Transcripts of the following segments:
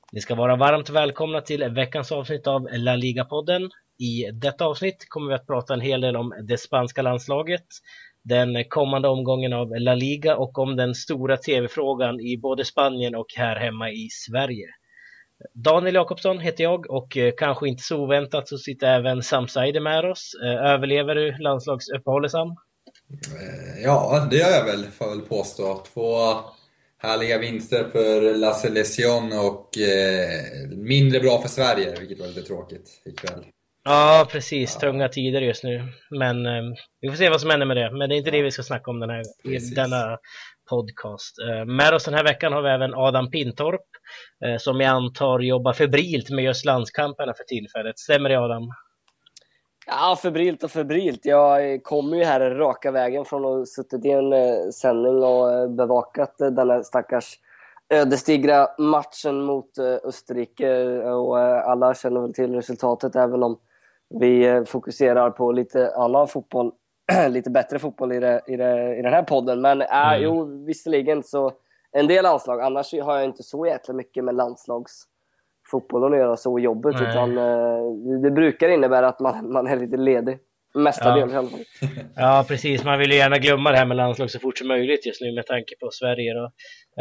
Ni ska vara varmt välkomna till veckans avsnitt av La Liga-podden. I detta avsnitt kommer vi att prata en hel del om det spanska landslaget, den kommande omgången av La Liga och om den stora tv-frågan i både Spanien och här hemma i Sverige. Daniel Jakobsson heter jag och kanske inte så oväntat så sitter även Sam Saider med oss. Överlever du landslagsuppehållet, Sam? Ja, det gör jag väl, får jag väl påstå. 2 härliga vinster för La Selección och mindre bra för Sverige, vilket var lite tråkigt ikväll. Ja, precis. Tunga tider just nu. Men vi får se vad som händer med det. Men det är inte det vi ska snacka om i denna podcast. Med oss den här veckan har vi även Adam Pintorp, som jag antar jobbar febrilt med just landskamperna för tillfället. Stämmer det, Adam? Ja, febrilt. Jag kommer ju här raka vägen från att ha suttit i en sändning och bevakat den här stackars ödesdigra matchen mot Österrike. Och alla känner väl till resultatet, även om vi fokuserar på lite annan fotboll, lite bättre fotboll i den här podden. Men jo, visserligen så en del landslag. Annars har jag inte så jäkla mycket med landslagsfotbollen att göra, så jobbet. Nej. Utan det brukar innebära att man är lite ledig. Mestadels i alla fall. Ja, precis. Man vill ju gärna glömma det här med landslag så fort som möjligt just nu med tanke på Sverige då.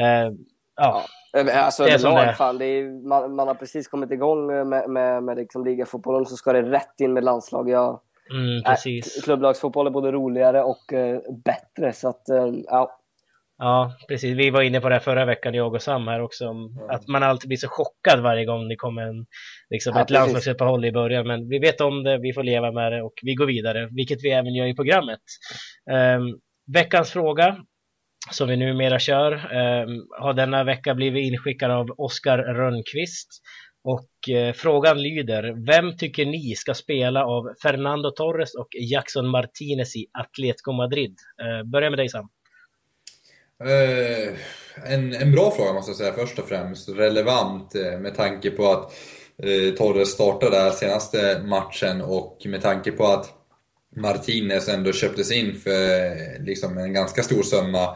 Alltså det är som det. fan, man har precis kommit igång med liksom ligafotbollen, så ska det rätt in med landslag. Precis. Klubblagsfotboll är både roligare och bättre, så att Ja, precis. Vi var inne på det här förra veckan, jag och Sam här också, att man alltid blir så chockad varje gång det kommer ett landslagsuppehåll i början. Men vi vet om det, vi får leva med det och vi går vidare, vilket vi även gör i programmet. Veckans fråga, som vi numera kör, har denna vecka blivit inskickad av Oskar Rönnqvist. Och frågan lyder: vem tycker ni ska spela av Fernando Torres och Jackson Martinez i Atletico Madrid? Börja med dig, Sam. En bra fråga måste jag säga, först och främst relevant med tanke på att Torres startade där senaste matchen och med tanke på att Martinez ändå köptes in för liksom en ganska stor summa,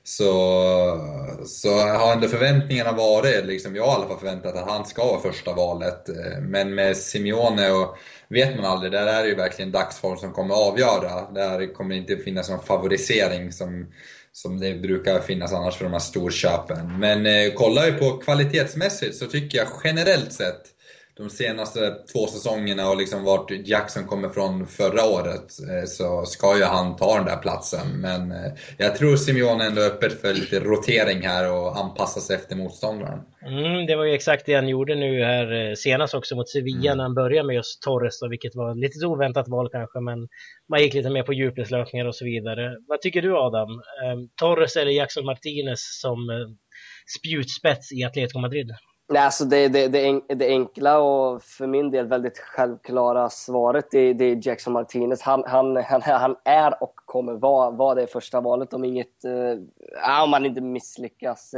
så har ändå förväntningarna varit liksom, jag har i alla fall förväntat att han ska vara första valet, men med Simeone och vet man aldrig, där är det ju verkligen dagsform som kommer att avgöra. Där kommer det inte finnas någon favorisering som det brukar finnas annars för de här storköpen. Men kollar vi på kvalitetsmässigt så tycker jag generellt sett de senaste 2 säsongerna och liksom vart Jackson kommer från förra året, så ska ju han ta den där platsen. Men jag tror Simeone ändå är öppet för lite rotering här och anpassa sig efter motståndaren. Det var ju exakt det han gjorde nu här senast också mot Sevilla när han började med just Torres, vilket var lite oväntat val kanske, men man gick lite mer på djupledslösningar och så vidare. Vad tycker du, Adam? Torres eller Jackson Martinez som spjutspets i Atletico Madrid? Nej, alltså det enkla och för min del väldigt självklara svaret det är Jackson Martinez. Han är och kommer vara det första valet om man inte misslyckas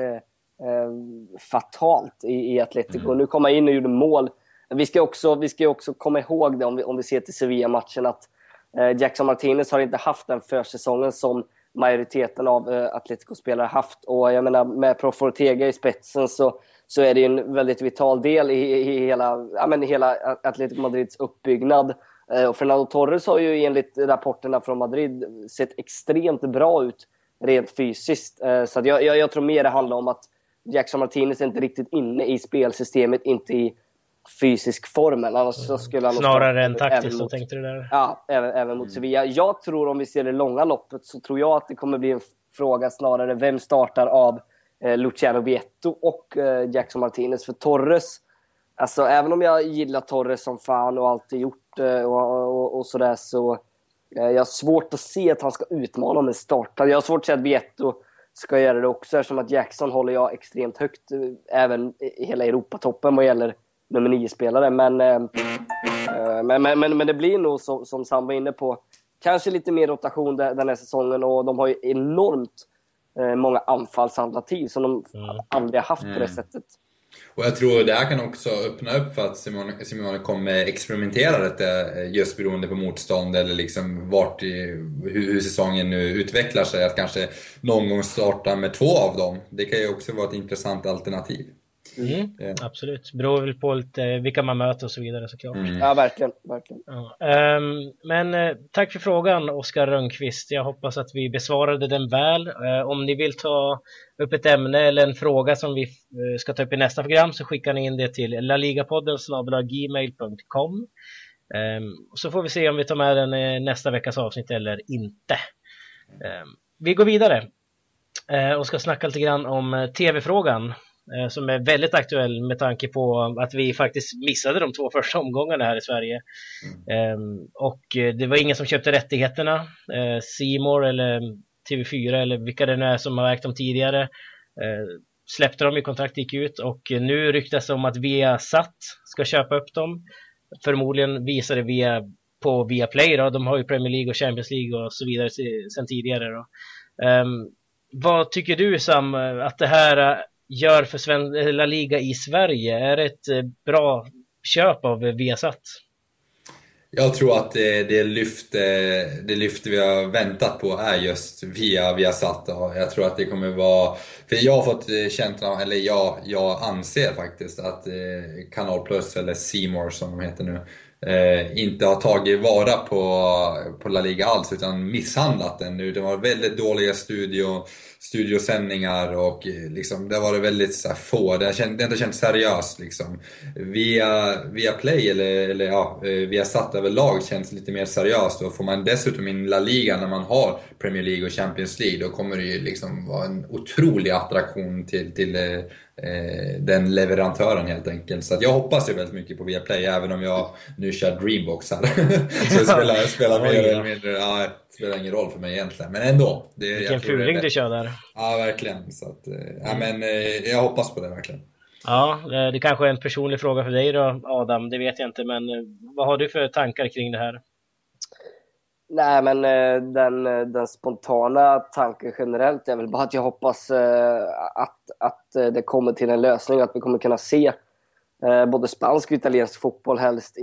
fatalt i Atletico. Nu kom han in och gjorde mål. Vi ska också komma ihåg det om vi ser till Sevilla-matchen, att Jackson Martinez har inte haft den försäsongen som majoriteten av Atletico-spelare haft. Och jag menar, med Prof Ortega i spetsen så är det en väldigt vital del i hela Atletico Madrids uppbyggnad. Och Fernando Torres har ju enligt rapporterna från Madrid sett extremt bra ut rent fysiskt. Så att jag tror mer det handlar om att Jackson Martinez är inte riktigt inne i spelsystemet, inte i fysisk formen. Annars så skulle han snarare än taktiskt, så tänkte du där. Ja, även mot Sevilla. Jag tror, om vi ser det långa loppet, så tror jag att det kommer bli en fråga snarare vem startar av Luciano Vietto och Jackson Martinez. För Torres, alltså även om jag gillar Torres som fan och alltid gjort och sådär, så jag har svårt att se att han ska utmana om en start. Jag har svårt att se att Vietto ska göra det också, eftersom att Jackson håller jag extremt högt, även i hela Europatoppen vad gäller nummer 9-spelare. Men det blir nog som Sam var inne på, kanske lite mer rotation den här säsongen, och de har ju enormt många anfallsalternativ som de aldrig har haft på det sättet. Och jag tror det här kan också öppna upp för att Simeone kommer experimentera lite, just beroende på motstånd eller liksom hur säsongen nu utvecklar sig, att kanske någon gång starta med 2 av dem. Det kan ju också vara ett intressant alternativ. Absolut. Beror väl på lite vilka man möter och så vidare såklart. Ja, verkligen. Ja. Men tack för frågan, Oskar Rönnqvist. Jag hoppas att vi besvarade den väl. Om ni vill ta upp ett ämne eller en fråga som vi ska ta upp i nästa program, så skickar ni in det till laligapodden@gmail.com. Så får vi se om vi tar med den i nästa veckas avsnitt eller inte. Vi går vidare och ska snacka lite grann om tv-frågan, som är väldigt aktuell med tanke på att vi faktiskt missade de 2 första omgångarna här i Sverige. Och det var ingen som köpte rättigheterna. C More eller TV4 eller vilka det nu är som har ägt dem tidigare släppte dem i kontrakt, gick ut, och nu ryktas det om att Viasat ska köpa upp dem. Förmodligen visar det på Viaplay då. De har ju Premier League och Champions League och så vidare sedan tidigare då. Vad tycker du, Sam, att det här gör för La Liga i Sverige? Är det ett bra köp av Viasat? Jag tror att det lyft vi har väntat på är just Viasat. Jag tror att det kommer vara... För jag har fått känslan, eller jag anser faktiskt att Kanal Plus eller C More som de heter nu, inte har tagit vara på La Liga alls, utan misshandlat den nu. Det var väldigt dåliga studiosändningar och liksom, det var väldigt så här, få. Det har inte känts seriöst liksom. Via Play eller via Satt överlag känns lite mer seriöst, och får man dessutom in La Liga när man har Premier League och Champions League, då kommer det ju liksom vara en otrolig attraktion till den leverantören helt enkelt. Så att jag hoppas ju väldigt mycket på Viaplay, även om jag nu kör Dreambox här. Så det spelar mer eller mindre, det spelar ingen roll för mig egentligen, men ändå. Vilken fuling du kör där. Ja, verkligen. Så att, men jag hoppas på det verkligen. Ja, det kanske är en personlig fråga för dig då, Adam, det vet jag inte, men vad har du för tankar kring det här? Nej, men den spontana tanken generellt är väl bara att jag hoppas att det kommer till en lösning, att vi kommer kunna se både spansk och italiensk fotboll helst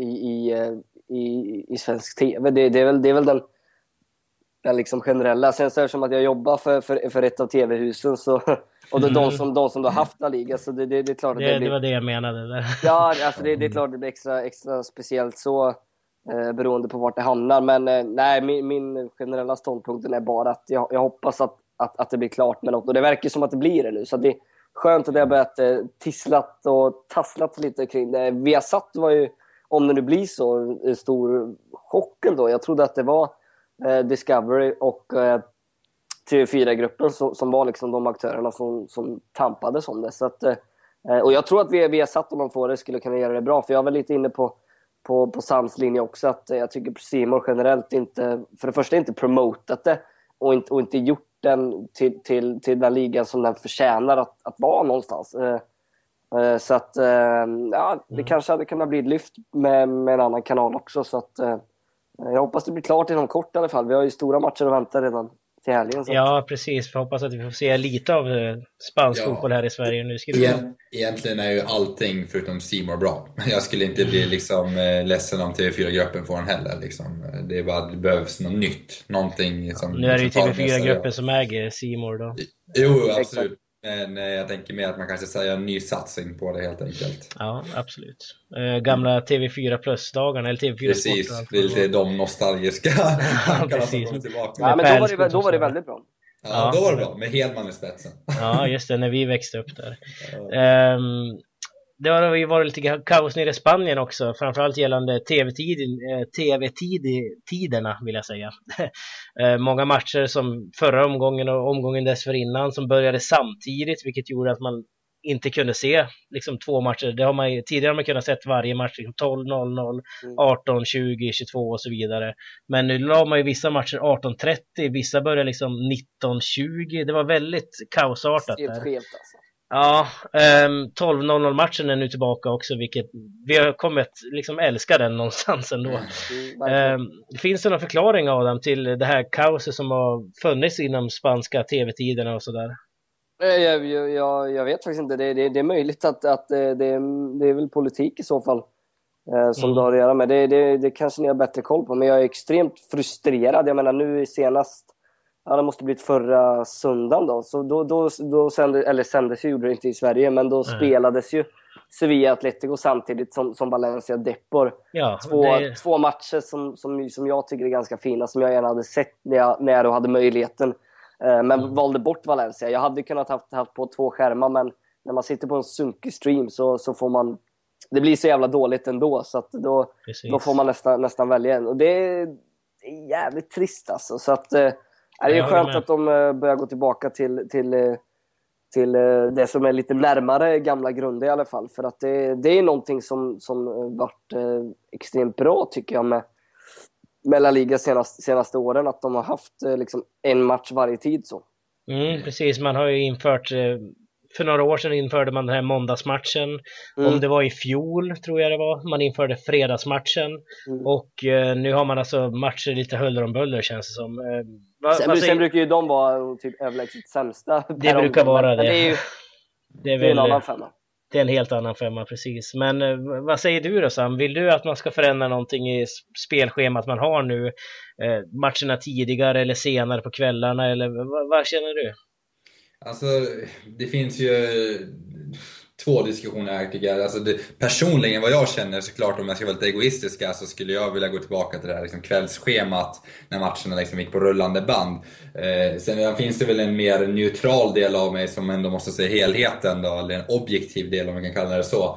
i svensk tv. Det är väl den liksom generella. Sen så är det som att jag jobbar för ett av tv-husen, så, och de som har haft La Liga, så det är klart att det var det jag menade där. Ja, alltså det är klart att det blir extra speciellt så, beroende på vart det hamnar. Men nej, min generella ståndpunkt är bara att jag hoppas att det blir klart med något, och det verkar som att det blir det nu, så det är skönt att det har börjat tisslat och tasslat lite kring det. Viasat var ju, om det nu blir så, en stor chock ändå. Jag trodde att det var Discovery och TV4-gruppen som var liksom de aktörerna som tampades om det. Så att, och jag tror att Viasat, om man får det, skulle kunna göra det bra. För jag var lite inne på Sams linje också, att jag tycker C More generellt inte, för det första inte promotat det och inte gjort den till den ligan som den förtjänar att vara någonstans. Så att det kanske hade kunnat bli ett lyft med en annan kanal också, så att jag hoppas det blir klart inom kort i alla fall. Vi har ju stora matcher att vänta redan till helgen. Ja, precis. För hoppas att vi får se lite av spansk fotboll här i Sverige nu. Egentligen är ju allting förutom C More bra. Jag skulle inte bli liksom ledsen om TV4-gruppen får den heller. Liksom. Det är bara, det behövs något nytt. Någonting som, nu är det ju TV4-gruppen som äger C More då. Jo, absolut. Men jag tänker mer att man kanske säger en ny satsning på det helt enkelt. Ja, absolut. Gamla TV4 Plus-dagarna, eller TV4 Precis, Sport. Det är lite de nostalgiska tankarna som kommer tillbaka. Ja, men då var det väldigt bra. Ja, då var det bra, med Hedman i spetsen. Ja, just det, när vi växte upp där. Det har ju varit lite kaos nere i Spanien också, framförallt gällande tv-tiderna vill jag säga. Många matcher som förra omgången och omgången dessförinnan som började samtidigt, vilket gjorde att man inte kunde se liksom 2 matcher. Tidigare har man kunnat sett varje match liksom 12:00, 18, 20, 22 och så vidare. Men nu la man ju vissa matcher 18:30, vissa började liksom 19:20. Det var väldigt kaosartat där. Helt skevt alltså. Ja, 12:00 matchen är nu tillbaka också, vilket vi har kommit liksom älska den någonstans ändå. Finns det någon förklaring, Adam, till det här kaoset som har funnits inom spanska tv-tiderna och sådär? Jag vet faktiskt inte. Det är möjligt att det är väl politik i så fall som det har att göra med. Det kanske ni har bättre koll på, men jag är extremt frustrerad. Jag menar, nu senast Ja, det måste blivit förra söndagen då. Så då sändes ju, gjorde det inte i Sverige, men då spelades ju Sevilla Atletico samtidigt som Valencia Depor. Ja, två matcher som jag tycker är ganska fina, som jag gärna hade sett när jag hade möjligheten. Men valde bort Valencia. Jag hade kunnat haft på 2 skärmar, men när man sitter på en sunkig stream så får man... Det blir så jävla dåligt ändå, så att då får man nästan välja en. Och det är jävligt trist alltså. Så att det är ju skönt att de börjar gå tillbaka till det som är lite närmare gamla grunder i alla fall. För att det är någonting som varit extremt bra, tycker jag, med La Liga senaste åren. Att de har haft liksom en match varje tid så. Precis, man har ju infört... För några år sedan införde man den här måndagsmatchen. Om det var i fjol, tror jag det var. Man införde fredagsmatchen. Och nu har man alltså matcher lite huller om buller, känns det som. Sen brukar ju de vara typ överlägset sämsta. Det brukar vara det. Det är en annan femma. Det är en helt annan femma, precis. Men vad säger du då, Sam? Vill du att man ska förändra någonting i spelschemat man har nu? Matcherna tidigare eller senare på kvällarna? Eller vad känner du? Alltså, det finns ju 2 diskussioner här, tycker jag. Alltså personligen, vad jag känner, såklart, om jag ska vara lite egoistiska, så skulle jag vilja gå tillbaka till det här liksom, kvällsschemat när matcherna liksom gick på rullande band. Sen finns det väl en mer neutral del av mig som ändå måste se helheten då, eller en objektiv del, om man kan kalla det så.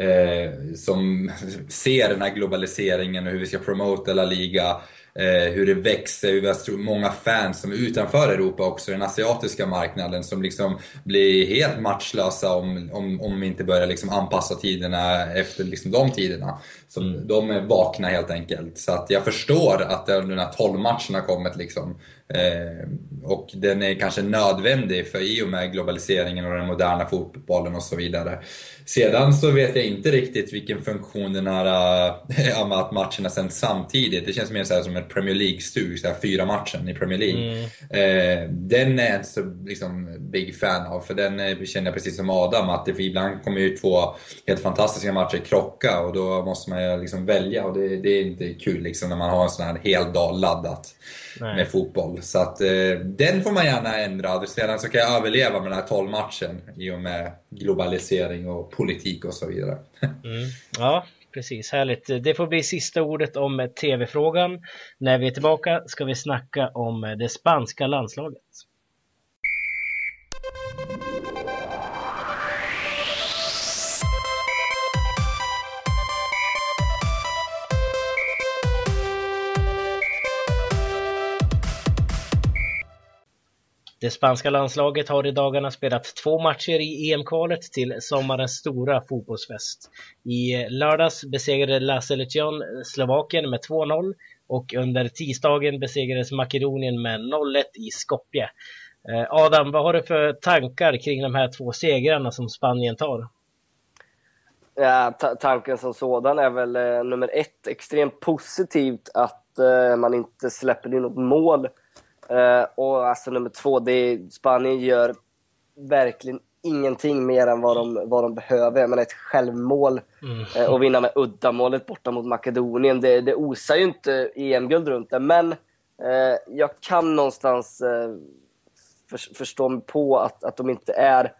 Som ser den här globaliseringen och hur vi ska promota La Liga, hur det växer, hur vi har många fans som är utanför Europa också, den asiatiska marknaden, som liksom blir helt matchlösa om vi inte börjar liksom anpassa tiderna efter liksom de tiderna. Så de är vakna helt enkelt. Så att jag förstår att den här 12-matchen har kommit liksom. Och den är kanske nödvändig för i och med globaliseringen och den moderna fotbollen och så vidare. Sedan så vet jag inte riktigt vilken funktion den här att matcherna sänds samtidigt. Det känns mer så här som en Premier League-stug, så här 4 matchen i Premier League. Den är jag inte så liksom big fan av, för den känner jag precis som Adam, att det ibland kommer ju 2 helt fantastiska matcher krocka, och då måste man liksom välja, och det är inte kul liksom när man har en sån här hel dag laddat med fotboll. Så att den får man gärna ändra. Sedan så kan jag överleva med den här 12-matchen i och med globalisering och politik och så vidare. Ja, precis. Härligt. Det får bli sista ordet om tv-frågan. När vi är tillbaka ska vi snacka om det spanska landslaget. Det spanska landslaget har i dagarna spelat 2 matcher i EM-kvalet till sommarens stora fotbollsfest. I lördags besegrade La Selección Slovakien med 2-0 och under tisdagen besegrades Makedonien med 0-1 i Skopje. Adam, vad har du för tankar kring de här 2 segrarna som Spanien tar? Ja, tanken som sådan är väl nummer 1, extremt positivt att man inte släpper in något mål. Och alltså nummer 2, Spanien gör verkligen ingenting mer än vad de behöver. Men ett självmål och vinna med uddamålet borta mot Makedonien, det osar ju inte EM-guld runt det. Men jag kan någonstans förstå mig på att de inte är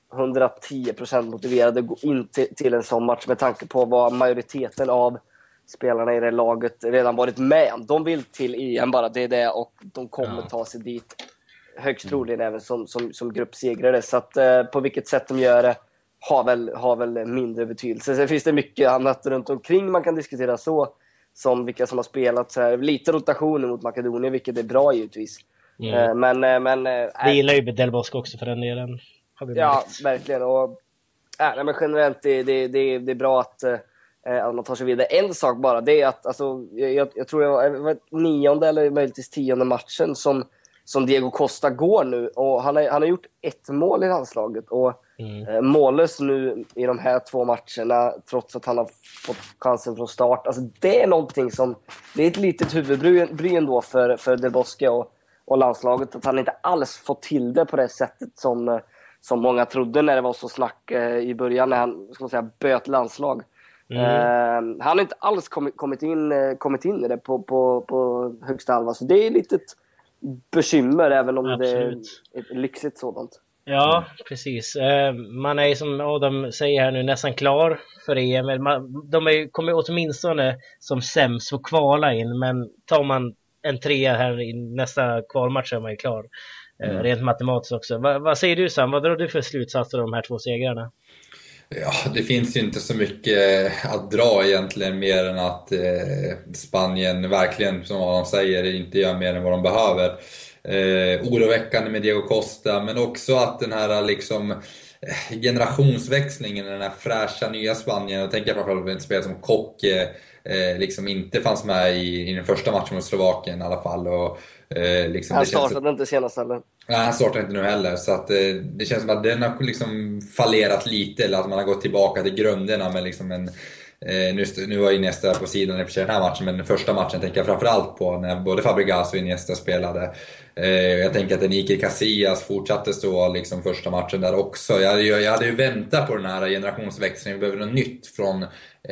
110% motiverade att gå in till en sån match, med tanke på vad majoriteten av spelarna i det laget redan varit med. De vill till EM bara, det är det, och de kommer ta sig dit högst troligen även som gruppsegrare. Så att på vilket sätt de gör det har väl mindre betydelse. Sen finns det mycket annat runt omkring man kan diskutera, så som vilka som har spelat så här, lite rotationer mot Makedonien, vilket är bra givetvis. Men vi gillar ju Del Bosque också för den delen. Ja, verkligen. Och men generellt det är bra att man tar sig vidare. En sak bara, det är att alltså, jag tror jag var 9:e eller möjligtvis 10:e matchen som Diego Costa går nu, och han har gjort 1 mål i landslaget, och mållös nu i de här 2 matcherna trots att han har fått chansen från start. Alltså det är någonting som, det är ett litet huvudbryn då för Del Bosque och landslaget, att han inte alls fått till det på det sättet som många trodde när det var så snack i början när han, ska man säga, böt landslag. Han har inte alls kommit in i det på högsta halva, så det är bekymmer, även om Absolut. det är ett lyxigt sådant. Ja, precis. Man är ju som Adam säger här nu nästan klar för EM. De kommer åtminstone som sämst få kvala in, men tar man en 3 här i nästa kvalmatch så är man ju klar. Rent matematiskt också. Vad säger du Sam? Vad drar du för slutsatser av de här 2 segrarna? Ja, det finns ju inte så mycket att dra egentligen, mer än att Spanien verkligen, som de säger, inte gör mer än vad de behöver. Oroväckande med Diego Costa, men också att den här liksom generationsväxlingen, den här fräscha nya Spanien, jag tänker framförallt på ett spel som Koke liksom inte fanns med i den första matchen mot Slovakien i alla fall. Och, liksom, Han startade inte senast heller. Nej, han startar inte nu heller, så att det känns som att den har liksom fallerat lite, eller att man har gått tillbaka till grunderna med liksom en nu var Iniesta på sidan i och för sig den här matchen, men den första matchen tänker jag framförallt på när både Fabregas och Iniesta spelade. Jag tänker att Iker Casillas fortsatte stå liksom första matchen där också. Jag hade ju väntat på den här generationsväxlingen, vi behöver något nytt från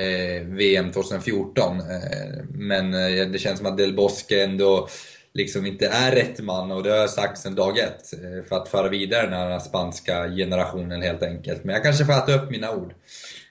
VM 2014, men det känns som att Del Bosque ändå liksom inte är rätt man, och det har jag sagt sedan dag ett, för att föra vidare den här spanska generationen helt enkelt. Men jag kanske får äta upp mina ord.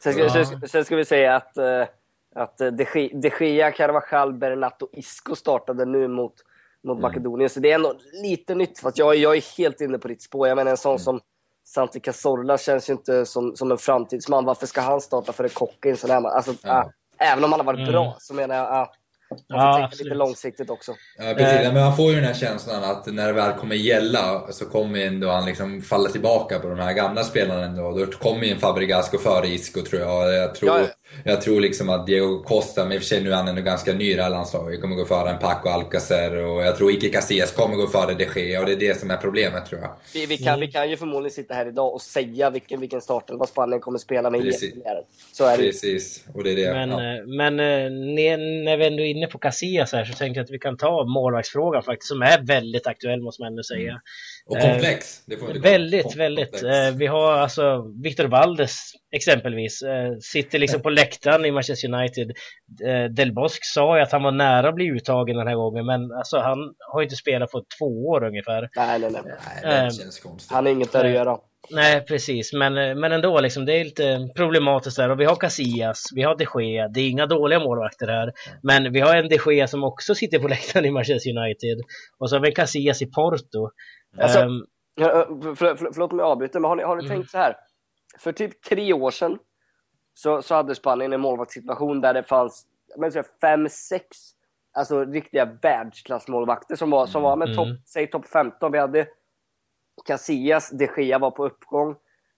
Sen ska vi säga att De Gea, Carvajal, Bernat och Isco startade nu mot Makedonien. Så det är ändå lite nytt, för att jag är helt inne på ditt spår. Jag menar, en sån som Santi Cazorla känns ju inte som en framtidsman. Varför ska han starta för en kock i en sån här match? Alltså, även om han har varit bra, så menar jag man får tänka lite långsiktigt också. Ja, precis. Men man får ju den här känslan att när det väl kommer gälla, så kommer ändå han liksom falla tillbaka på de här gamla spelarna ändå. Då kommer ju en Fabregas gå före Isco, tror jag. Jag tror liksom att Diego Costa, men i och för sig nu är han ändå ganska ny i det här landslaget, kommer gå före en Paco Alcacer, och jag tror Iker Casillas kommer gå före De Gea, och det är det som är problemet, tror jag. Vi kan ju förmodligen sitta här idag och säga vilken start eller vad Spanien kommer spela med. Så är det. Precis, och det är det. Men när vi ändå är inne på Casillas här, så tänkte jag att vi kan ta målvaktsfrågan faktiskt, som är väldigt aktuell, måste man ändå säga. Och komplex. Det får väldigt. Vi har alltså Victor Valdes exempelvis, sitter liksom på läktaren i Manchester United. Del Bosque sa ju att han var nära att bli uttagen den här gången, men alltså, han har inte spelat på 2 år ungefär. Nej, det känns konstigt. Han har inget där att göra. Nej, precis, men ändå liksom, det är lite problematiskt där. Och vi har Casillas, vi har De Gea, det är inga dåliga målvakter här, men vi har en De Gea som också sitter på läktaren i Manchester United, och så har vi en Casillas i Porto. Alltså, förlåt mig avbryta, men har ni tänkt så här? För typ 3 år sedan så hade Spanien en målvaktssituation där det fanns 5-6 alltså riktiga världsklassmålvakter som var med topp 15. Vi hade Casillas, De Gea var på uppgång.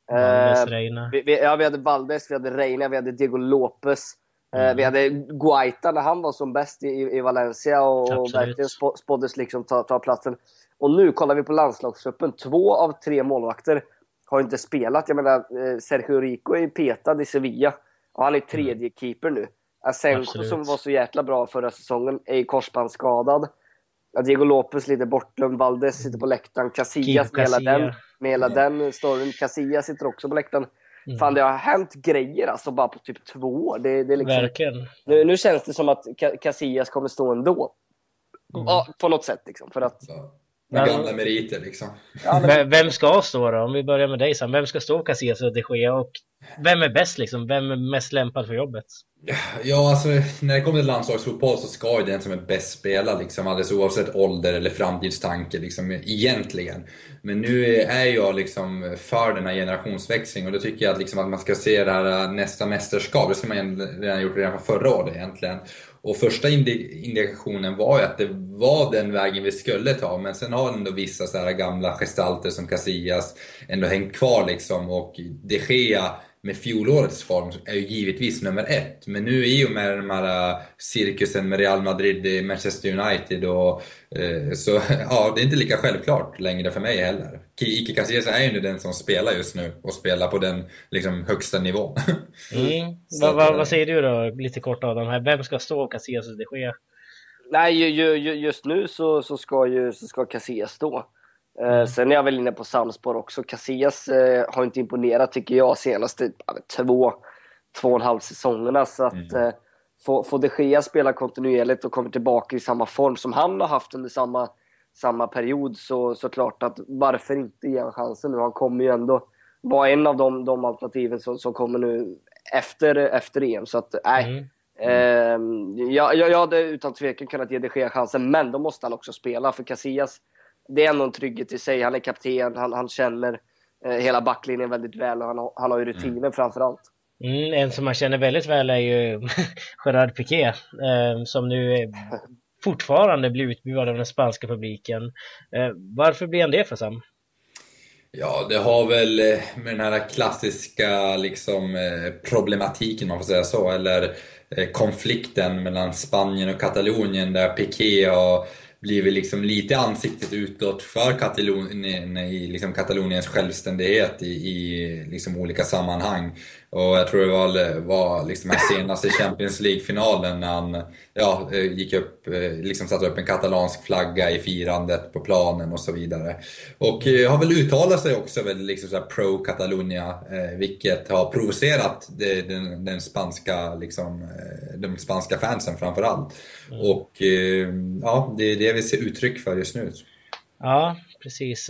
Vi hade Valdes, vi hade Reina, vi hade Diego Lopez. Vi hade Guaita när han var som bäst i Valencia och verkligen spåddes liksom ta platsen. Och nu kollar vi på landslagstruppen. 2 av 3 målvakter har inte spelat. Jag menar, Sergio Rico är petad i Sevilla, och han är 3:e keeper nu. Asenko, som var så jäkla bra förra säsongen, är korsbandsskadad. Diego Lopez lite bortglömd. Valdes sitter på läktaren. Casillas med hela den storyn. Casillas sitter också på läktaren. Fan, det har hänt grejer alltså bara på typ 2 år. Det är liksom, verkligen. Nu känns det som att Casillas kommer stå ändå. Ja, på något sätt liksom, för att med gamla meriter liksom. Vem ska stå då? Om vi börjar med dig Sam. Vem ska stå Casillas och De Gea, och vem är bäst liksom? Vem är mest lämpad för jobbet? Ja, alltså när det kommer till landslagsfotboll så ska ju den som är bäst spela liksom, alldeles oavsett ålder eller framtidstanke liksom, egentligen. Men nu är jag liksom för den här generationsväxlingen, och då tycker jag att, liksom, att man ska se det här nästa mästerskap. Det skulle man redan gjort redan förra året egentligen. Och första indikationen var ju att det var den vägen vi skulle ta, men sen har ändå vissa så här gamla gestalter som Casillas ändå hängt kvar liksom, och De Gea med fjolårets form är ju givetvis nummer 1. Men nu i och med den här cirkusen med Real Madrid, Manchester United och så ja, det är inte lika självklart längre för mig heller. Iker Casillas är ju nu den som spelar just nu och spelar på den liksom högsta nivån. Vad säger du då, lite kort av de här? Vem ska stå Casillas och De Gea? Nej, just nu så ska Casillas stå. Sen är jag väl inne på samspår också. Casillas har inte imponerat tycker jag senaste 2,5 säsongerna, så att få De Gea spela kontinuerligt och kommer tillbaka i samma form som han har haft under samma samma period, så klart att varför inte ge en chansen nu? Han kommer ju ändå vara en av de alternativen som kommer nu efter EM. Så att jag hade utan tvekan kunnat ge De Gea chansen, men då måste han också spela, för Casillas, det är ändå en trygghet i sig. Han är kapten, han känner hela backlinjen väldigt väl, och han har ju rutinen framförallt. En som man känner väldigt väl är ju Gerard Piqué, som nu fortfarande blir utbuad av den spanska publiken. Varför blir han det för Sam? Ja, det har väl med den här klassiska liksom, problematiken, man får säga så, eller konflikten mellan Spanien och Katalonien, där Piqué har blivit liksom lite ansiktet utåt för Katalonien, i liksom Kataloniens självständighet i liksom olika sammanhang. Och jag tror det var liksom här senaste Champions League-finalen när han gick upp, liksom satte upp en katalansk flagga i firandet på planen och så vidare. Och har väl uttalat sig också väl liksom så här pro-Catalonia, vilket har provocerat den spanska liksom, de spanska fansen framförallt. Och det är det vi ser uttryck för just nu. Ja, precis.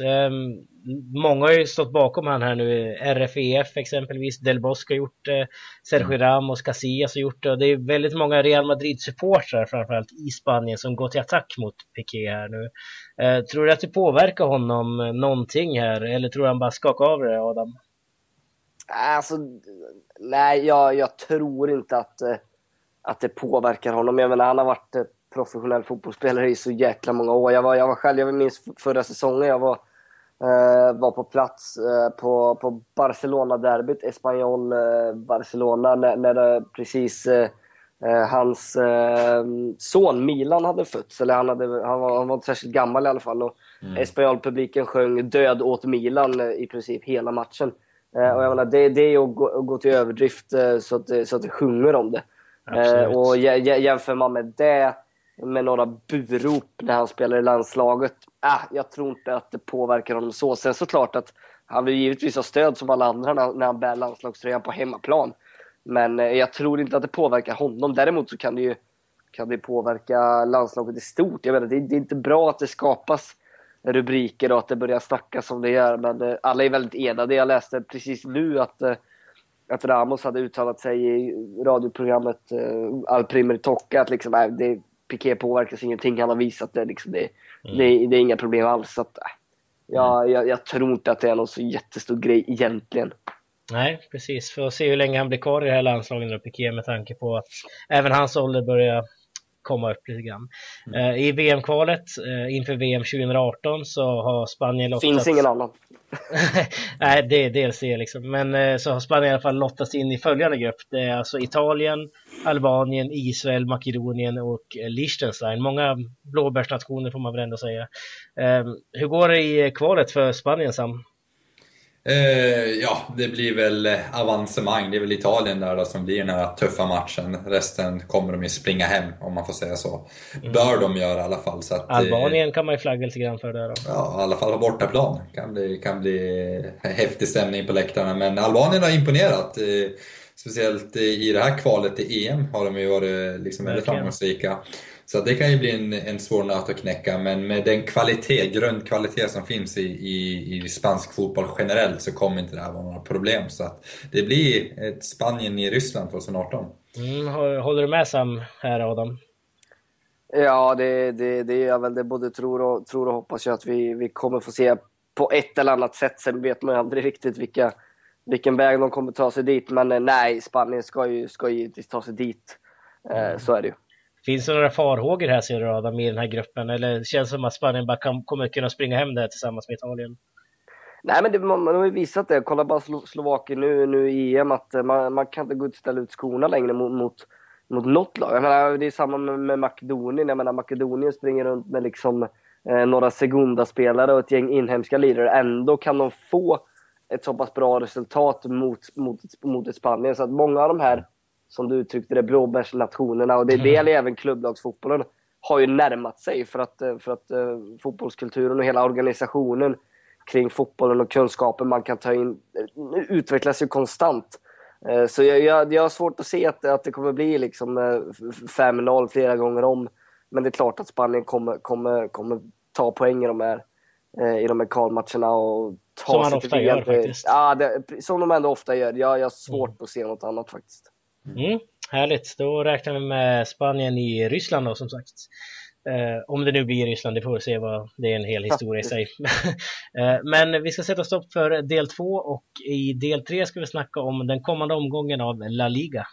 Många har ju stått bakom han här nu. RFEF exempelvis, Del Bosque har gjort det, Sergio Ramos, Casillas har gjort det. Och det är väldigt många Real Madrid-supportrar framförallt i Spanien som går till attack mot Piqué här nu. Tror du att det påverkar honom någonting här? Eller tror du han bara skakar av det, Adam? Alltså, nej, jag tror inte att det påverkar honom. Jag menar, han har varit professionell fotbollsspelare i så jäkla många år. Jag var själv, jag minns förra säsongen, jag var på plats på Barcelona-derbyt, Espanyol Barcelona, när det precis hans son Milan hade fötts, eller han var inte särskilt gammal i alla fall, och Espanyol-publiken sjöng död åt Milan i princip hela matchen. Och jag menar, det är att gå till överdrift så att det sjunger om det. Och jämför man med det med några burop när han spelar i landslaget, jag tror inte att det påverkar honom så. Sen så klart att han vill givetvis ha stöd som alla andra när han bär landslagströjan på hemmaplan. Men jag tror inte att det påverkar honom. Däremot så kan det påverka landslaget i stort. Jag menar, det är inte bra att det skapas rubriker och att det börjar snackas som det gör. Men alla är väldigt enade. Jag läste precis nu att Ramos hade uttalat sig i radioprogrammet Al Primer Tocca att liksom, Piqué påverkas ingenting. Han har visat det. Liksom, det är inga problem alls. Så att, jag tror inte att det är någon så jättestor grej egentligen. Nej, precis. För att se hur länge han blir kvar i det här landslaget och Piqué, med tanke på att även hans ålder börjar komma upp lite grann. I VM-kvalet inför VM 2018 så har Spanien lottats... Finns ingen annan. Nej, det är dels det liksom. Men så har Spanien i alla fall lottats in i följande grupp. Det är alltså Italien, Albanien, Israel, Makedonien och Liechtenstein. Många blåbärsnationer får man väl ändå säga. Hur går det i kvalet för Spanien, Sam? Det blir väl avancemang. Det är väl Italien där då som blir den här tuffa matchen. Resten kommer de ju springa hem, om man får säga så. Bör de göra i alla fall. Så att, Albanien kan man ju flagga lite grann för där då. Ja, i alla fall på bortaplan. Kan bli häftig stämning på läktarna. Men Albanien har imponerat. Speciellt i det här kvalet till EM har de ju varit liksom väldigt framgångsrika. Så det kan ju bli en svår nöt att knäcka, men med den grundkvalitet som finns i spansk fotboll generellt så kommer inte det här vara några problem. Så att det blir ett Spanien i Ryssland 2018. Håller du med Sam här, Adam? Ja, det är jag väl. Det både tror och hoppas jag att vi kommer få se på ett eller annat sätt. Sen vet man ju aldrig riktigt vilken väg de kommer ta sig dit. Men nej, Spanien ska givetvis ta sig dit. Så är det ju. Finns det några farhågor här, ser du, Adam, i den här gruppen? Eller känns det som att Spanien bara kommer kunna springa hem där tillsammans med Italien? Nej, men man har ju visat det. Kolla bara Slovakien nu i EM, att man kan inte gå ut och ställa ut skorna längre mot något lag. Jag menar, det är samma med Makedonien. Jag menar, Makedonien springer runt med liksom några segunda-spelare och ett gäng inhemska lirare. Ändå kan de få ett så pass bra resultat mot ett Spanien. Så att många av de här, som du uttryckte det, blåbärsnationerna, och det gäller även klubblagsfotbollen, har ju närmat sig för att fotbollskulturen och hela organisationen kring fotbollen och kunskapen man kan ta in utvecklas ju konstant. Så jag har svårt att se att det kommer bli liksom 5-0 flera gånger om. Men det är klart att Spanien kommer ta poäng i de här kvalmatcherna och ta som man ofta gör faktiskt. Ja, som de ändå ofta gör. Jag har svårt att se något annat faktiskt. Härligt, då räknar vi med Spanien i Ryssland då, som sagt. Om det nu blir Ryssland, det får vi se, vad det är en hel historia i sig. Men vi ska sätta stopp för del 2 och i del 3 ska vi snacka om den kommande omgången av La Liga.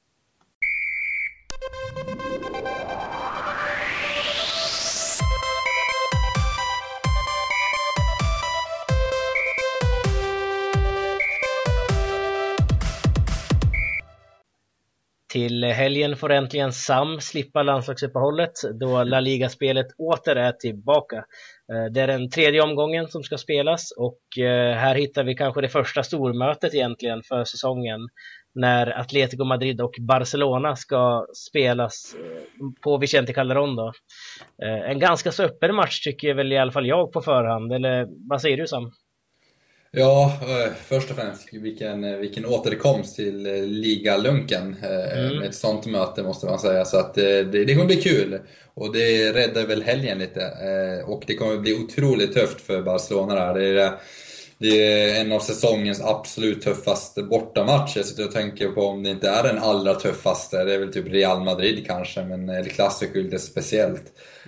Till helgen får äntligen Sam slippa landslagsuppehållet då La Liga-spelet åter är tillbaka. Det är den 3:e omgången som ska spelas och här hittar vi kanske det första stormötet egentligen för säsongen när Atletico Madrid och Barcelona ska spelas på Vicente Calderón då. En ganska så öppen match tycker väl i alla fall jag på förhand, eller vad säger du Sam? Ja, först och främst vilken återkomst till ligalunken med ett sånt möte måste man säga. Så att det kommer bli kul och det räddar väl helgen lite och det kommer bli otroligt tufft för Barcelona där. Det är en av säsongens absolut tuffaste bortamatcher, så jag tänker på om det inte är den allra tuffaste. Det är väl typ Real Madrid kanske, men El Clasico är lite speciellt.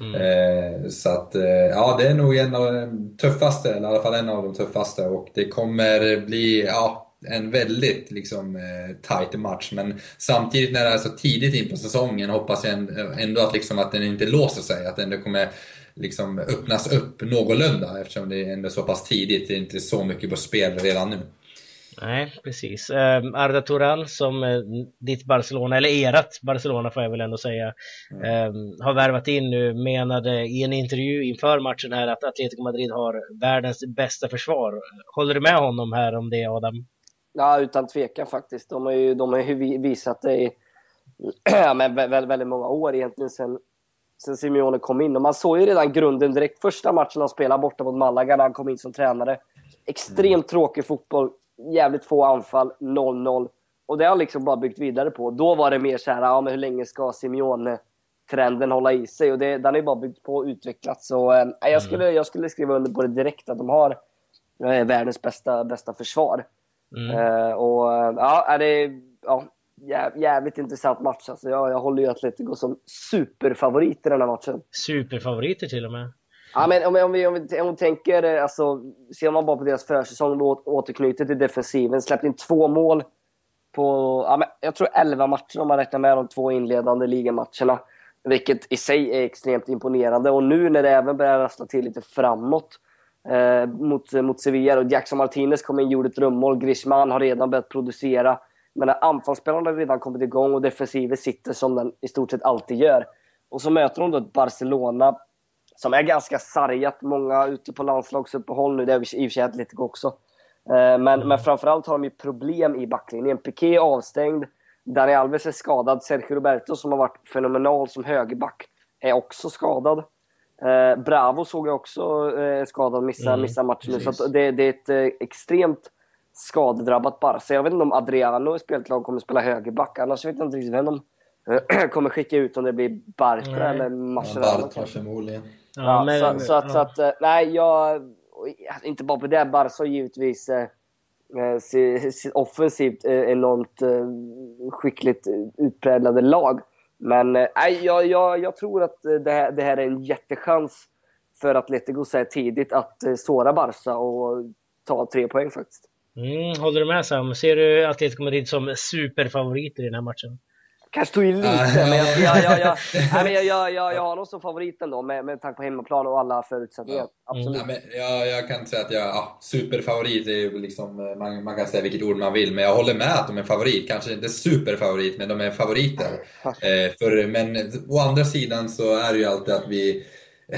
Så att ja, det är nog en av de tuffaste, eller i alla fall en av de tuffaste. Och det kommer bli en väldigt tight match. Men samtidigt när det är så tidigt in på säsongen hoppas jag ändå att, att den inte låser sig. Att den kommer öppnas upp någorlunda, eftersom det är ändå så pass tidigt. Det är inte så mycket på spel redan nu. Nej, precis. Arda Turan som ditt Barcelona, eller erat Barcelona får jag väl ändå säga, har värvat in nu, menade i en intervju inför matchen här att Atletico Madrid har världens bästa försvar. Håller du med honom här om det, Adam? Ja, utan tvekan faktiskt. De har ju visat det i väldigt många år egentligen sen Simeone kom in. Och man såg ju redan grunden direkt. Första matchen han spelade borta mot Malaga när han kom in som tränare. Extremt tråkig fotboll. Jävligt få anfall. 0-0. Och det har liksom bara byggt vidare på. Då var det mer så här, men hur länge ska Simeone-trenden hålla i sig? Och den har ju bara byggt på och utvecklats. Så jag skulle skriva under på det direkt att de har världens bästa försvar. Jävligt intressant match. Alltså jag håller ju Atletico som superfavorit i den här matchen. Superfavoriter till och med. Ja, men om vi tänker, alltså, ser man bara på deras försäsong och återknyter till defensiven, släppt in 2 mål på, jag tror 11 matcher om man räknar med de 2 inledande ligamatcherna, vilket i sig är extremt imponerande. Och nu när det även börjar rasta till lite framåt mot Sevilla, och Jackson Martinez kom in, gjorde ett drömmål, Griezmann har redan börjat producera, men anfallsspelarna har redan kommit igång och defensiven sitter som den i stort sett alltid gör. Och så möter de då ett Barcelona som är ganska sargat, många ute på landslagsuppehåll nu, det är i och för sig lite också. Men framförallt har de ju problem i backlinjen. Piqué är avstängd, Dani Alves är skadad, Sergio Roberto som har varit fenomenal som högerback är också skadad. Bravo såg jag också skadad, missa matchen nu. Så att det är ett extremt skadedrabbat Barca. Jag vet inte om Adriano i spellag kommer spela högerback, annars vet jag inte riktigt vem de kommer skicka ut, om det blir Bartra eller Mascherano. Bartra förmodligen. Inte bara på det, Barca givetvis offensivt enormt skickligt utpräglade lag. Men jag tror att det här är en jättechans för Atletico så här tidigt att såra Barca och ta 3 poäng faktiskt. Håller du med Sam? Ser du Atletico Madrid som superfavoriter i den här matchen? Kanske tog i lite, men jag har nog som favoriten då med tanke på hemmaplan och alla förutsättningar. Absolut. Men jag kan inte säga att superfavorit är ju man kan säga vilket ord man vill, men jag håller med att de är favorit, kanske inte superfavorit, men de är favoriter. Men å andra sidan så är det ju alltid att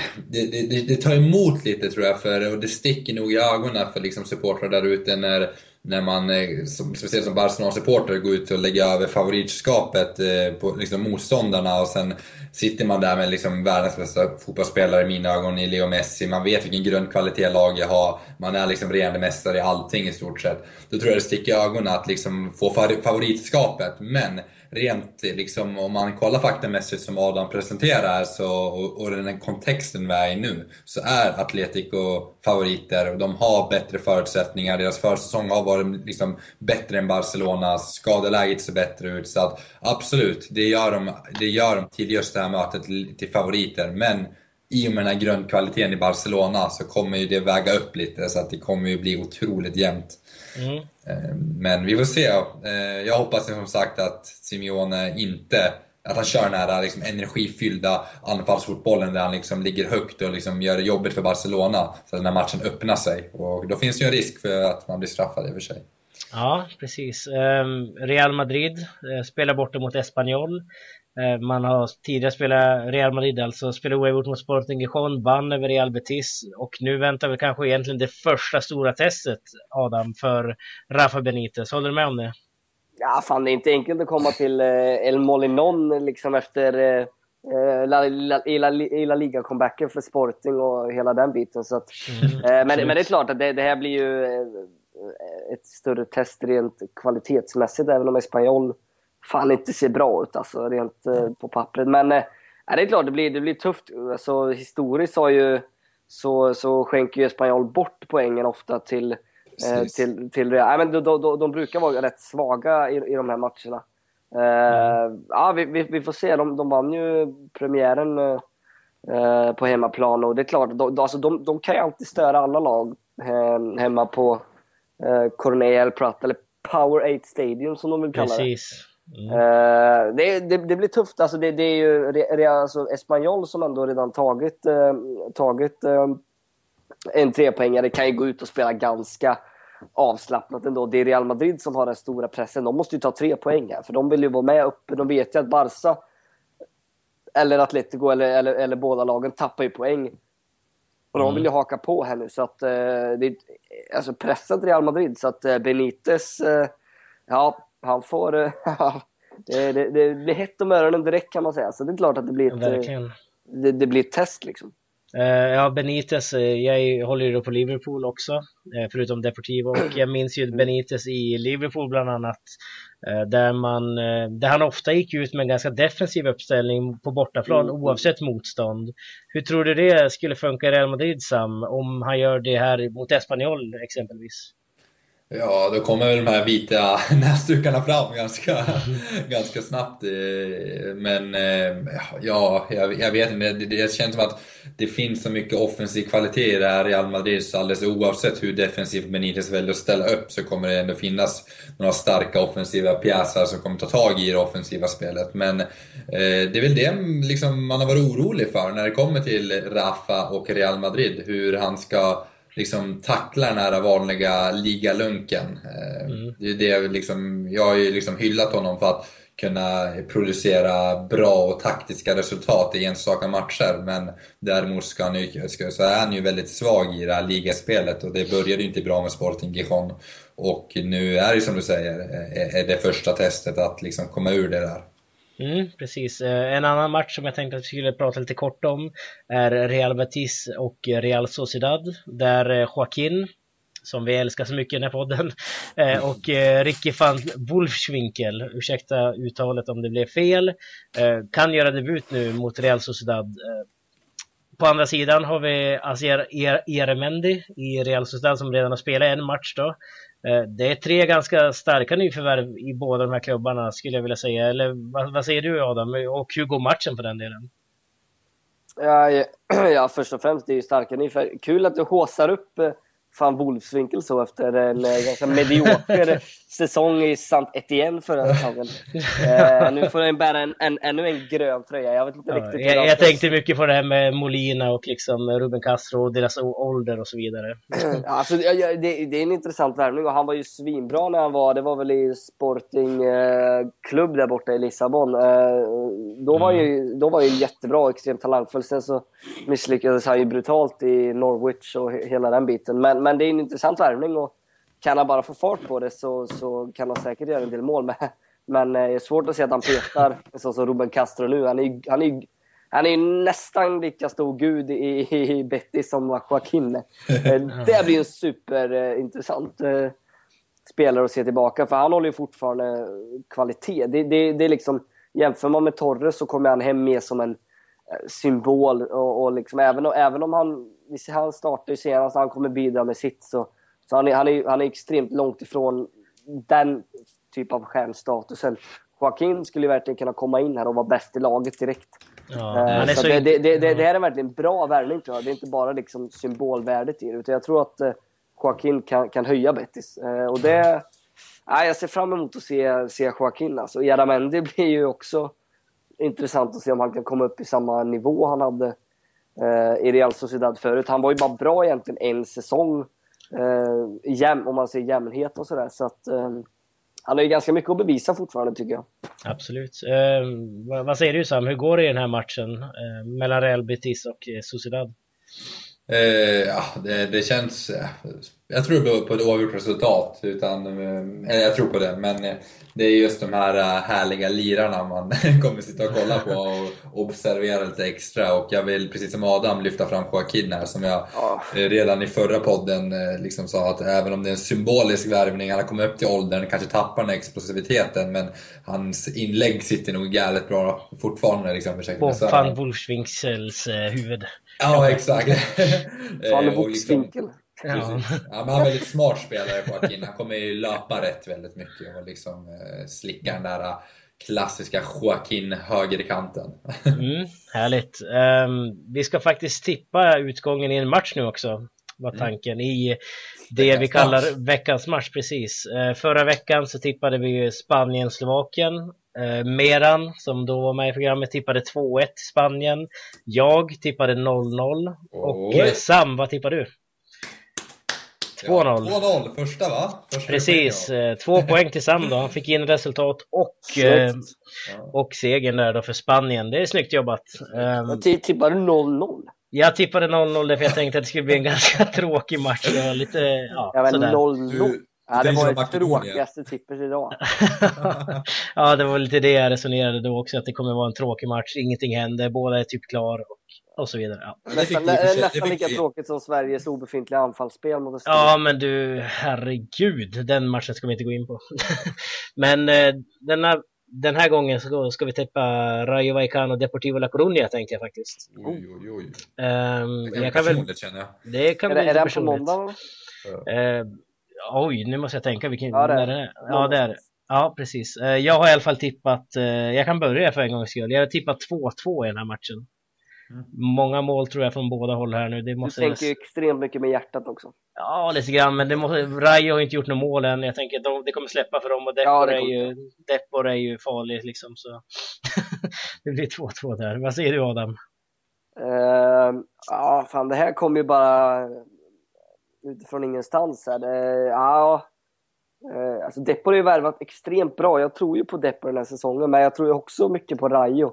det tar emot lite, tror jag, och det sticker nog i ögonen för supportrar där ute när när man, speciellt som Barcelona-supporter, går ut och lägger över favoritskapet på liksom motståndarna, och sen sitter man där med liksom världens bästa fotbollsspelare i mina ögon i Leo Messi. Man vet vilken grundkvalitet laget har, man är liksom regerande mästare i allting i stort sett. Då tror jag det sticker i ögonen att liksom få favoritskapet. Men rent liksom, om man kollar faktamässigt som Adam presenterar och den kontexten vi är i nu, så är Atletico favoriter och de har bättre förutsättningar. Deras försäsong har varit liksom bättre än Barcelonas, skadeläget ser bättre ut, så att absolut, det gör de till just det här mötet till favoriter. Men i och med den här grundkvaliteten i Barcelona så kommer ju det väga upp lite, så att det kommer ju bli otroligt jämnt. Men vi får se. Jag hoppas som sagt att Simeone att han kör den här liksom energifyllda anfallsfotbollen där han liksom ligger högt och liksom gör det jobbigt för Barcelona, så att den här matchen öppnar sig. Och då finns det ju en risk för att man blir straffad i och för sig. Ja, precis. Real Madrid spelar borta mot Espanyol. Man har tidigare spelat Real Madrid, alltså spelat oavgjort mot Sporting Gijón, vann över Real Betis, och nu väntar vi kanske egentligen det första stora testet, Adam, för Rafa Benitez. Håller du med om det? Ja, fan, det är inte enkelt att komma till El Molinón liksom efter La Liga-comebacken för Sporting och hela den biten. Så att, men det är klart att det här blir ju ett större test rent kvalitetsmässigt, även om Espanyol fan inte ser bra ut alltså, rent på pappret. Men det är klart, det blir tufft. Alltså, historiskt så skänker ju Espanyol bort poängen ofta till Real. Men de brukar vara rätt svaga i de här matcherna. Ja, vi får se. De vann ju premiären på hemmaplan, och det är klart, de kan ju alltid störa alla lag hemma på Cornell Prat, eller Power 8 Stadium som de vill kalla det. Precis. Det blir tufft. Alltså det är ju alltså Espanyol som ändå redan tagit en 3-poängare, kan ju gå ut och spela ganska avslappnat ändå. Det är Real Madrid som har den stora pressen. De måste ju ta 3 poäng här, för de vill ju vara med uppe. De vet ju att Barca eller Atletico eller båda lagen tappar ju poäng. Och de vill ju haka på här nu. Så att det är alltså pressen till Real Madrid. Så att Benitez, ja, han får det blir hett om öronen direkt, kan man säga. Så det är klart att det blir ett test liksom. Ja, Benitez, jag håller ju då på Liverpool också, förutom Deportivo, och jag minns ju Benitez i Liverpool bland annat, där han ofta gick ut med en ganska defensiv uppställning på bortaplan oavsett motstånd. Hur tror du det skulle funka i Real Madrid, Sam, om han gör det här mot Espanyol exempelvis? Ja, då kommer väl de här vita näsdukarna fram ganska snabbt. Men ja, jag vet inte. Det känns som att det finns så mycket offensiv kvalitet i det här Real Madrid, så alldeles oavsett hur defensivt Benitez väljer att ställa upp, så kommer det ändå finnas några starka offensiva pjäser som kommer ta tag i det offensiva spelet. Men det är väl det liksom man har varit orolig för när det kommer till Rafa och Real Madrid. Hur han ska liksom tackla den här vanliga ligalunken. Det är det liksom, jag har ju liksom hyllat honom för att kunna producera bra och taktiska resultat i enstaka matcher, men däremot så är han ju väldigt svag i det här ligaspelet, och det började ju inte bra med Sporting Gijón, och nu är det som du säger är det första testet att liksom komma ur det där. Precis. En annan match som jag tänkte att vi skulle prata lite kort om är Real Betis och Real Sociedad, där Joaquin, som vi älskar så mycket i den här podden, och Ricky van Wolfswinkel, ursäkta uttalet om det blev fel, kan göra debut nu mot Real Sociedad. På andra sidan har vi Asier Eremendi i Real Sociedad som redan har spelat en match då. Det är 3 ganska starka nyförvärv i båda de här klubbarna, skulle jag vilja säga. Eller vad säger du, Adam? Och hur går matchen på den delen? Ja, först och främst det är ju starka nyförvärv. Kul att du håsar upp van Wolfswinkel så efter en ganska medioker säsong i Saint-Étienne förra säsongen. Nu får den bära ännu en grön tröja. Jag vet inte riktigt. Jag tänkte mycket på det här med Molina och liksom Ruben Castro och deras ålder och så vidare. Alltså, det är en intressant värvning, och han var ju svinbra när han var, det var väl i Sporting klubb där borta i Lissabon. Då var ju jättebra, extremt talangfull. Sen så misslyckades han ju brutalt i Norwich och hela den biten. Men det är en intressant värvning, och kan han bara få fart på det så kan han säkert göra en del mål. Men det är svårt att se att han petar så som Ruben Castro nu. Han är nästan lika stor gud i Betis som Joaquin. Det blir en superintressant spelare att se tillbaka. För han håller ju fortfarande kvalitet. Det är liksom, jämför man med Torres så kommer han hem mer som en symbol. Och liksom, även om han startar ju senast, han kommer bidra med sitt. Så han är extremt långt ifrån den typ av stjärnstatusen. Joaquin skulle verkligen kunna komma in här och vara bäst i laget direkt. Ja, så det här är verkligen bra värvning, tror jag. Det är inte bara liksom symbolvärdet i det, utan jag tror att Joaquin kan höja Betis. Och det, jag ser fram emot att se Joaquin. Alltså. Jaramendi blir ju också intressant att se om han kan komma upp i samma nivå han hade i Real Sociedad förut. Han var ju bara bra egentligen en säsong, om man ser jämnhet och sådär. Så att han har ju ganska mycket att bevisa fortfarande, tycker jag. Absolut. Vad säger du, Sam? Hur går det i den här matchen mellan Real Betis och Sociedad? Det känns... Jag tror på ett oavgjort resultat. Jag tror på det. Men det är just de här härliga lirarna man kommer sitta och kolla på och observera lite extra. Och jag vill, precis som Adam, lyfta fram Joaquin här, som jag redan i förra podden liksom sa, att även om det är en symbolisk värvning, han har kommit upp till åldern, kanske tappar den explosiviteten, men hans inlägg sitter nog jävligt bra fortfarande. Liksom, på Van Wolfswinkels huvud. Ja, exakt. Van Wolfswinkel. Ja, men han är en väldigt smart spelare, Joaquin. Han kommer ju löpa rätt väldigt mycket och liksom slicka den där klassiska Joaquin höger i kanten. Härligt. Vi ska faktiskt tippa utgången i en match nu också, var tanken, i det vi kallar veckans match, precis. Förra veckan så tippade vi Spanien-Slovakien. Meran, som då var med i programmet, tippade 2-1 Spanien. Jag tippade 0-0. Och Sam, vad tippade du? 2-0. 2-0, första va? Precis, 2 poäng till Sam då. Han fick in resultat och segern där då för Spanien. Det är snyggt jobbat. Tippade du 0-0? Jag tippade 0-0 därför jag tänkte att det skulle bli en ganska tråkig match. Lite, men 0-0. Ja, det var det tråkigaste tippet idag. Ja, det var lite det jag resonerade då också, att det kommer vara en tråkig match. Ingenting händer, båda är typ klar och så vidare. Ja. Nästan lika tråkigt som Sveriges obefintliga anfallsspel mot Österrike. Ja, men du, herregud, den matchen ska vi inte gå in på. Men den här gången så ska vi tippa Rayo Vallecano Deportivo La Coruña, tänkte jag faktiskt. Oj. Jag kan väl, känner jag. Det kan bli lite personligt. Är det på måndag? Oj, nu måste jag tänka vilken... Ja, det är. Ja, det är det. Ja, precis. Jag har i alla fall tippat... jag kan börja för en gångs skull. Jag har tippat 2-2 i den här matchen. Många mål tror jag från båda håll här nu. Det måste du tänker ju extremt mycket med hjärtat också. Ja, lite grann. Men Rayo har inte gjort några mål än. Jag tänker att det kommer släppa för dem. Och Depor är ju farlig liksom. Så det blir 2-2 där. Vad säger du, Adam? Fan, det här kommer ju bara utifrån ingenstans här. Alltså Depor har ju värvat extremt bra. Jag tror ju på Depor den här säsongen, men jag tror ju också mycket på Rayo.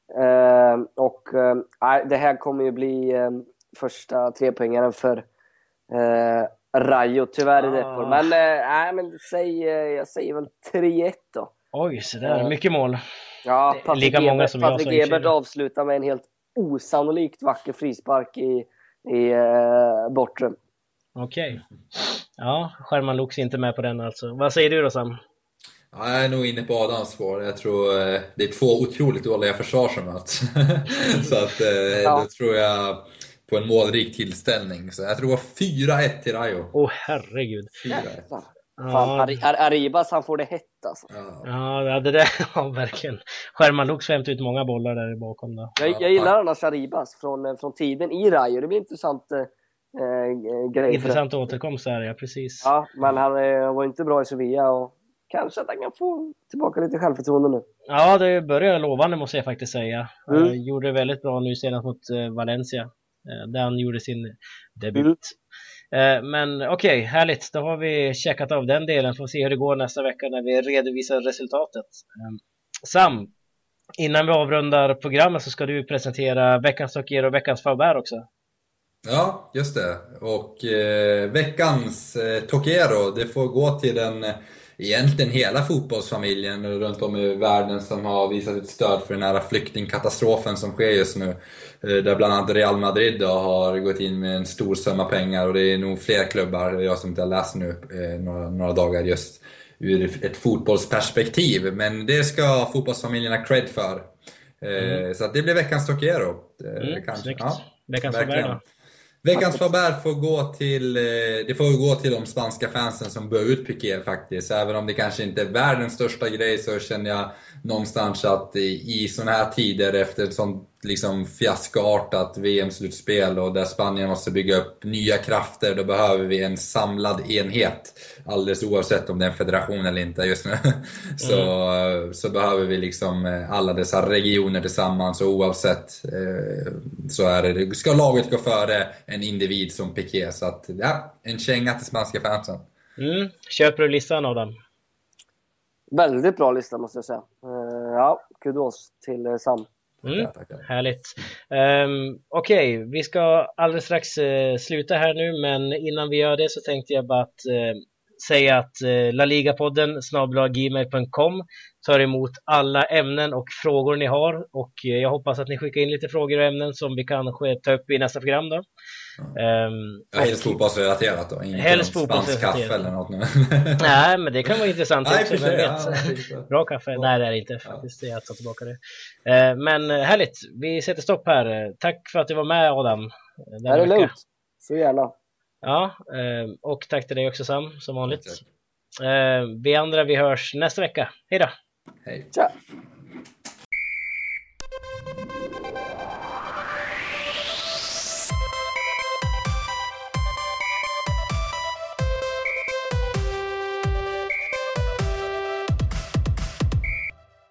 Det här kommer ju bli första 3-poängaren för Rayo, tyvärr i Depor. Men jag säger väl 3-1 då. Oj, så där mycket mål. Ja, Patrik Ebert avslutar med en helt osannolikt vacker frispark i bortre. Okej. Ja, Sherman Lux är inte med på den alltså. Vad säger du då, Sam? Ja, jag är nog inne på Adams spår. Jag tror det är 2 otroligt dåliga försvar som möts. Så att då tror jag på en målrik tillställning. Så jag tror 4-1 till Rayo. Herregud. 4-1. Fan, Arribas, han får det hett alltså. Ja, det där var verkligen. Sherman Lux skämt ut många bollar där i bakom då. Jag gillar annars Arribas från tiden i Rayo. Det blir intressant grej. Intressant återkomst där, ja, precis. Ja, men han var inte bra i Sevilla och kanske att han kan få tillbaka lite självförtroende nu. Ja, det börjar lovande, måste jag faktiskt säga. Gjorde det väldigt bra nu senast mot Valencia, där han gjorde sin debut. Men okej, härligt. Då har vi checkat av den delen. Får se hur det går nästa vecka när vi redovisar resultatet. Sam, innan vi avrundar programmet så ska du presentera veckans hockey och veckans favbär också. Ja, just det. Och veckans Tokero, det får gå till egentligen hela fotbollsfamiljen runt om i världen som har visat ett stöd för den här flyktingkatastrofen som sker just nu. Där bland annat Real Madrid då har gått in med en stor summa pengar, och det är nog fler klubbar, jag som inte har läst nu några dagar just ur ett fotbollsperspektiv. Men det ska fotbollsfamiljerna cred för. Så att det blir veckans Tokero. Kanske. Ja, veckans verkligen. Faber. Veckans Faber får gå till de spanska fansen som bör ut Piqué faktiskt. Även om det kanske inte är världens största grej, så känner jag någonstans att i såna här tider efter ett sånt liksom fiaskoartat VM-slutspel och där Spanien måste bygga upp nya krafter, då behöver vi en samlad enhet. Alldeles oavsett om det är en federation eller inte just nu. Så behöver vi liksom alla dessa regioner tillsammans, och oavsett så ska laget gå före en individ som Piqué. Så att, ja, en känga till spanska fansen. Köper du listan av dem? Väldigt bra lista måste jag säga. Ja, kudos till Sam. Härligt. Okej, vi ska alldeles strax sluta här nu, men innan vi gör det så tänkte jag bara att säga att laligapodden @gmail.com tar emot alla ämnen och frågor ni har, och jag hoppas att ni skickar in lite frågor och ämnen som vi kanske ta upp i nästa program då. Helst fotbollsrelaterat då, helst spansk kaffe eller något nu. Nej, men det kan vara intressant också. Bra kaffe. Ja. Nej, det är det inte faktiskt. Det är att ta tillbaka det. Men härligt, vi sätter stopp här. Tack för att du var med, Adam. Det är lugnt, så gärna. Ja, och tack till dig också, Sam, som vanligt. Vi andra, vi hörs nästa vecka. Hej då! Hej. Tja!